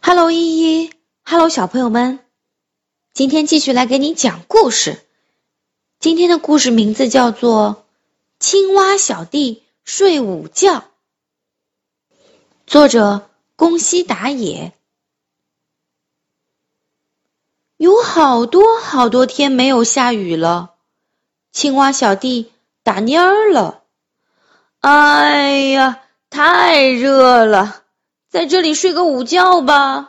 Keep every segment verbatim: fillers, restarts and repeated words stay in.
Hello 依依 ，Hello 小朋友们，今天继续来给你讲故事。今天的故事名字叫做《青蛙小弟睡午觉》，作者宫西达也。有好多好多天没有下雨了，青蛙小弟打蔫儿了。哎呀，太热了，在这里睡个午觉吧。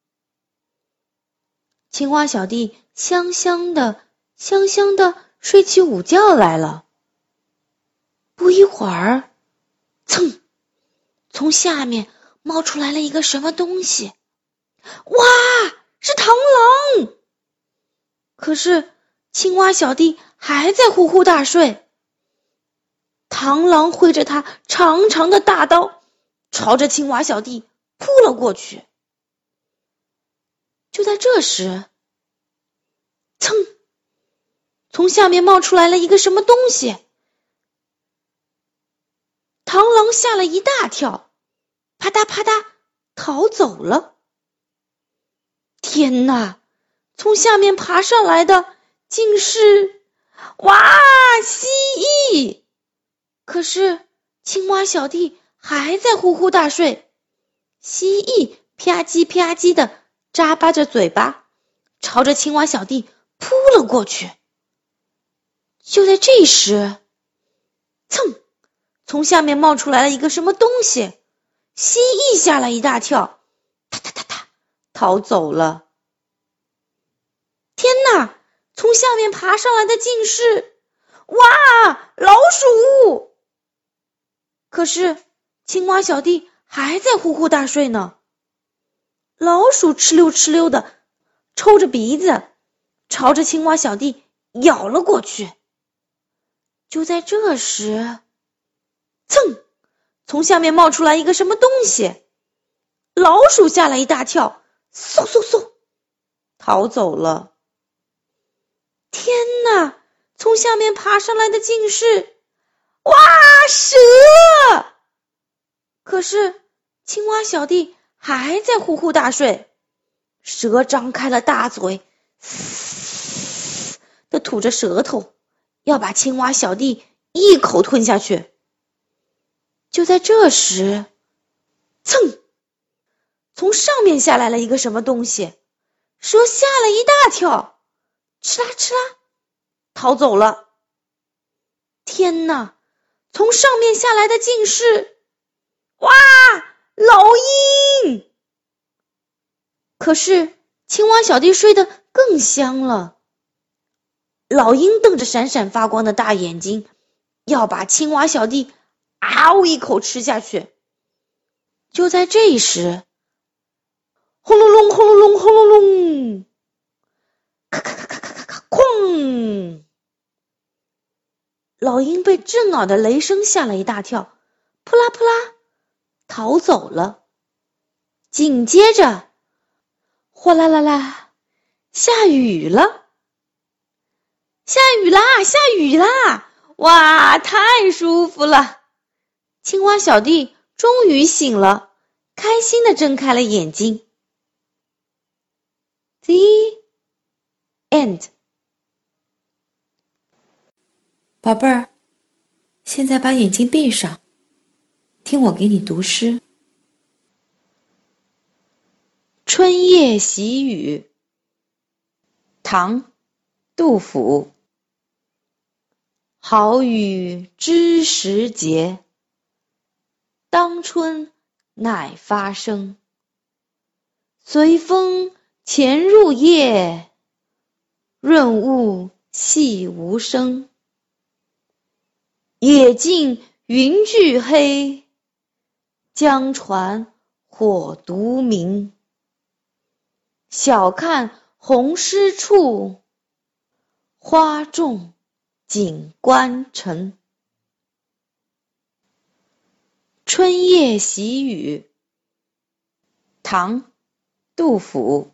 青蛙小弟香香的香香的睡起午觉来了。不一会儿，噌，从下面冒出来了一个什么东西。哇，是螳螂！可是青蛙小弟还在呼呼大睡。螳螂挥着它长长的大刀，朝着青蛙小弟扑了过去。就在这时，噌，从下面冒出来了一个什么东西。螳螂吓了一大跳，啪嗒啪嗒逃走了。天哪，从下面爬上来的竟是哇蜥蜴！可是青蛙小弟还在呼呼大睡。蜥蜴啪叽啪叽的眨巴着嘴巴，朝着青蛙小弟扑了过去。就在这时，噌，从下面冒出来了一个什么东西。蜥蜴吓了一大跳，哒哒哒哒逃走了。天哪，从下面爬上来的竟是哇老鼠！可是青蛙小弟还在呼呼大睡呢。老鼠哧溜哧溜的抽着鼻子，朝着青蛙小弟咬了过去。就在这时，噌，从下面冒出来一个什么东西。老鼠吓了一大跳，嗖嗖嗖逃走了。天哪，从下面爬上来的竟是哇蛇！可是青蛙小弟还在呼呼大睡。蛇张开了大嘴，嘶地吐着舌头，要把青蛙小弟一口吞下去。就在这时，噌，从上面下来了一个什么东西。蛇吓了一大跳，哧啦哧啦逃走了。天哪，从上面下来的竟是哇老鹰！可是青蛙小弟睡得更香了。老鹰瞪着闪闪发光的大眼睛，要把青蛙小弟嗷一口吃下去。就在这时，轰隆隆轰隆隆轰隆隆，咔咔咔咔咔咔咔哐！老鹰被震耳的雷声吓了一大跳，扑啦扑啦逃走了。紧接着，哗啦啦啦，下雨了！下雨啦，下雨啦！哇，太舒服了！青蛙小弟终于醒了，开心地睁开了眼睛。The end。宝贝儿，现在把眼睛闭上，听我给你读诗。春夜喜雨，唐·杜甫。好雨知时节，当春乃发生。随风潜入夜，润物细无声。野径云俱黑，江船火独明。晓看红湿处，花重锦官城。春夜喜雨，唐·杜甫。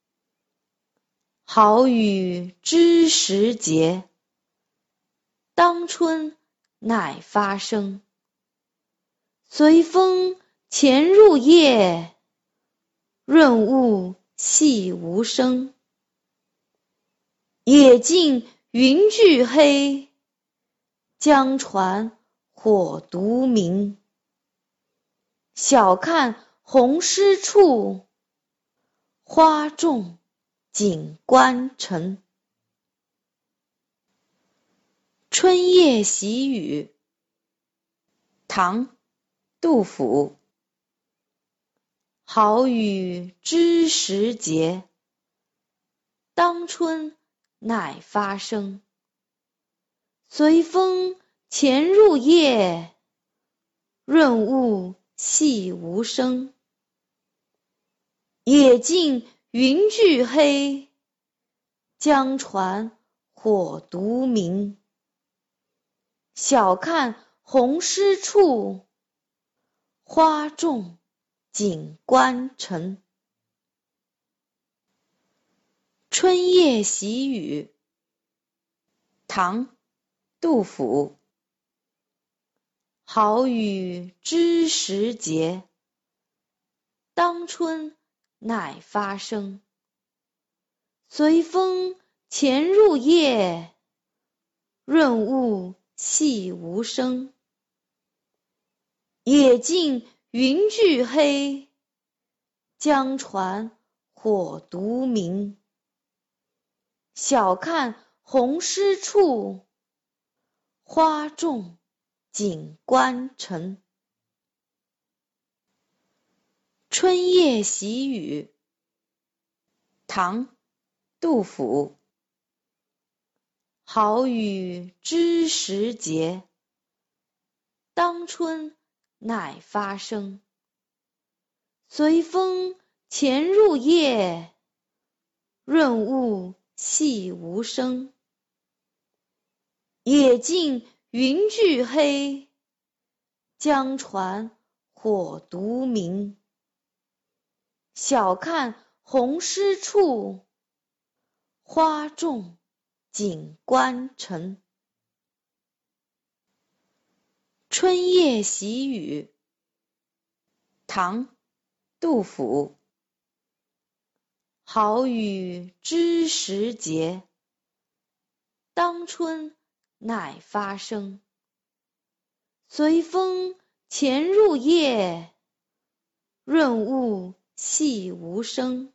好雨知时节，当春乃发生。随风潜入夜， 润物细无声。野径云俱黑，江船火独明。晓看红湿处，花重锦官城。春夜喜雨，唐·杜甫。好雨知时节，当春乃发生。随风潜入夜，润物细无声。野径云俱黑，江船火独明。晓看红湿处，花重锦官城。春夜喜雨，唐·杜甫。好雨知时节，当春乃发生。随风潜入夜，润物细无声。野径云俱黑，江船火独明。晓看红湿处，花重锦官城。春夜喜雨，唐·杜甫。好雨知时节，当春乃发生。随风潜入夜，润物细无声。野径云俱黑，江船火独明。晓看红湿处，花重锦官城。春夜喜雨，唐·杜甫。好雨知时节，当春乃发生。随风潜入夜，润物细无声。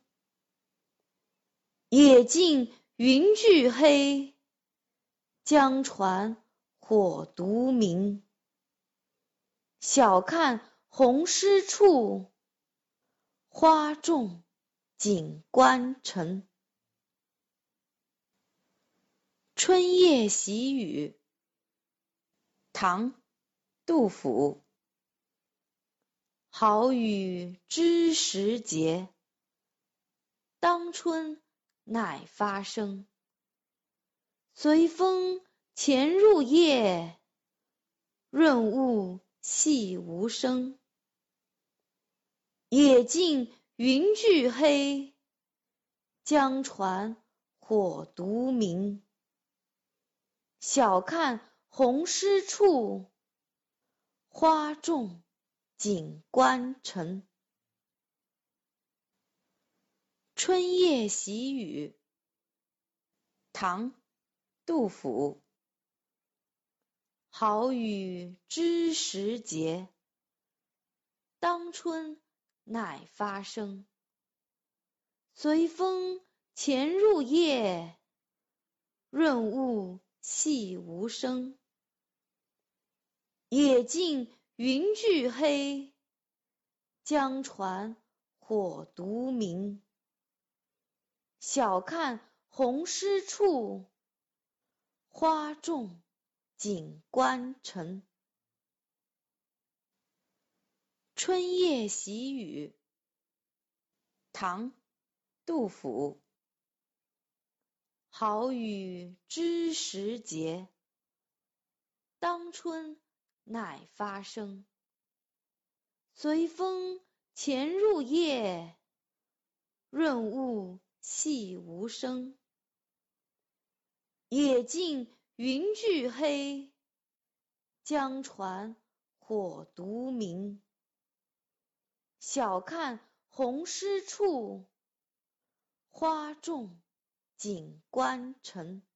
野径云俱黑，江船火独明。晓看红湿处，花重锦官城。春夜喜雨，唐·杜甫。好雨知时节，当春乃发生。随风潜入夜，润物细无声。野径云俱黑，江船火独明。晓看红湿处，花重锦官城。春夜喜雨，唐·杜甫。好雨知时节，当春乃发生。随风潜入夜，润物细无声。野径云俱黑，江船火独明。晓看红湿处，花重锦官城。春夜喜雨，唐·杜甫。好雨知时节，当春乃发生。随风潜入夜，润物细无声。野径云俱黑，江船火独明。晓看红湿处，花重锦官城。